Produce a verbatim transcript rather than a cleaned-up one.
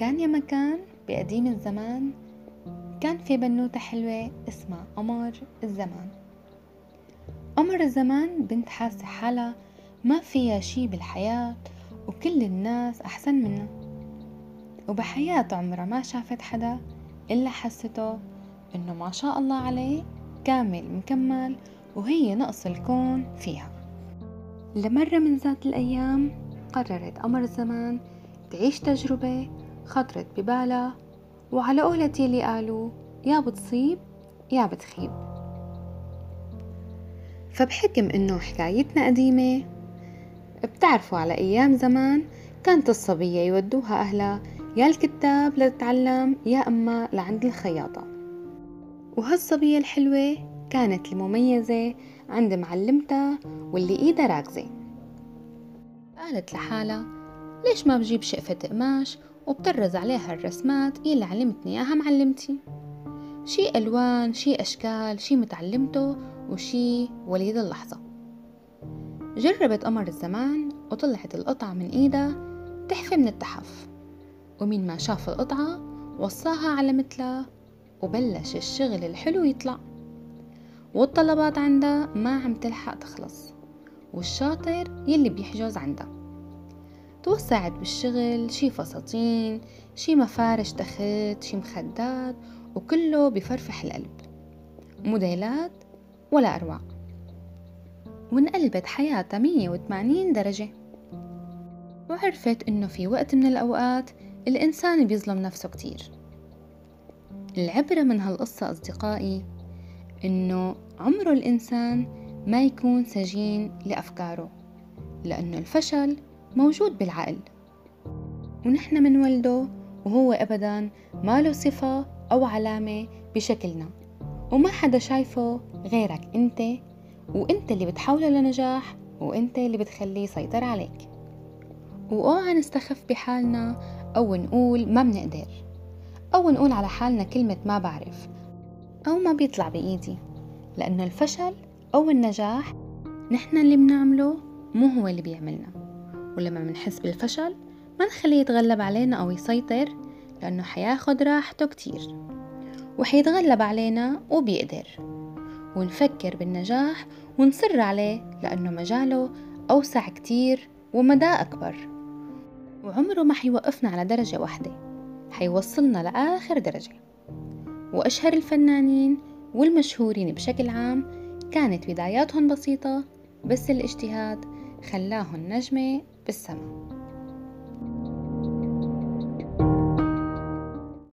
كان يا مكان بقديم الزمان، كان في بنوتة حلوة اسمها قمر الزمان. قمر الزمان بنت حاسة حالها ما فيها شي بالحياة، وكل الناس أحسن منها، وبحياة عمرها ما شافت حدا إلا حسته إنه ما شاء الله عليه كامل مكمل، وهي نقص الكون فيها. لمرة من ذات الأيام قررت قمر الزمان تعيش تجربة خطرت ببالها، وعلى قولتي اللي قالوا يا بتصيب يا بتخيب. فبحكم إنه حكايتنا قديمة، بتعرفوا على أيام زمان كانت الصبية يودوها أهلها يا الكتاب لتتعلم يا أما لعند الخياطة، وهالصبية الحلوة كانت المميزة عند معلمتها واللي إيدها راكزة. قالت لحالها ليش ما بجيب شقفة قماش وبطرز عليها الرسمات اللي علمتني إياها معلمتي، شي ألوان شي أشكال شي متعلمته وشي وليد اللحظة. جربت قمر الزمان وطلعت القطعة من إيدها تحفة من التحف، ومين ما شاف القطعة وصاها على مثلها، وبلش الشغل الحلو يطلع، والطلبات عندها ما عم تلحق تخلص، والشاطر يلي بيحجز عندها. توسعت بالشغل، شي فساتين شي مفارش تخت شي مخدات، وكله بفرفح القلب، موديلات ولا أروع، وانقلبت حياتها مية وثمانين درجة. وعرفت إنه في وقت من الأوقات الإنسان بيظلم نفسه كتير. العبرة من هالقصة أصدقائي إنه عمره الإنسان ما يكون سجين لأفكاره، لأنه الفشل موجود بالعقل، ونحن منولده وهو أبداً ما له صفة أو علامة بشكلنا، وما حدا شايفه غيرك أنت، وأنت اللي بتحوله لنجاح، وأنت اللي بتخليه يسيطر عليك. وأوعى نستخف بحالنا أو نقول ما بنقدر، أو نقول على حالنا كلمة ما بعرف أو ما بيطلع بإيدي، لأنه الفشل أو النجاح نحن اللي بنعمله، مو هو اللي بيعملنا. ولما منحس بالفشل ما نخليه يتغلب علينا أو يسيطر، لأنه حياخد راحته كتير وحيتغلب علينا وبيقدر. ونفكر بالنجاح ونصر عليه، لأنه مجاله أوسع كتير ومدى أكبر، وعمره ما حيوقفنا على درجة واحدة، حيوصلنا لآخر درجة. وأشهر الفنانين والمشهورين بشكل عام كانت بداياتهم بسيطة، بس الاجتهاد خلاهم نجمة بالسما.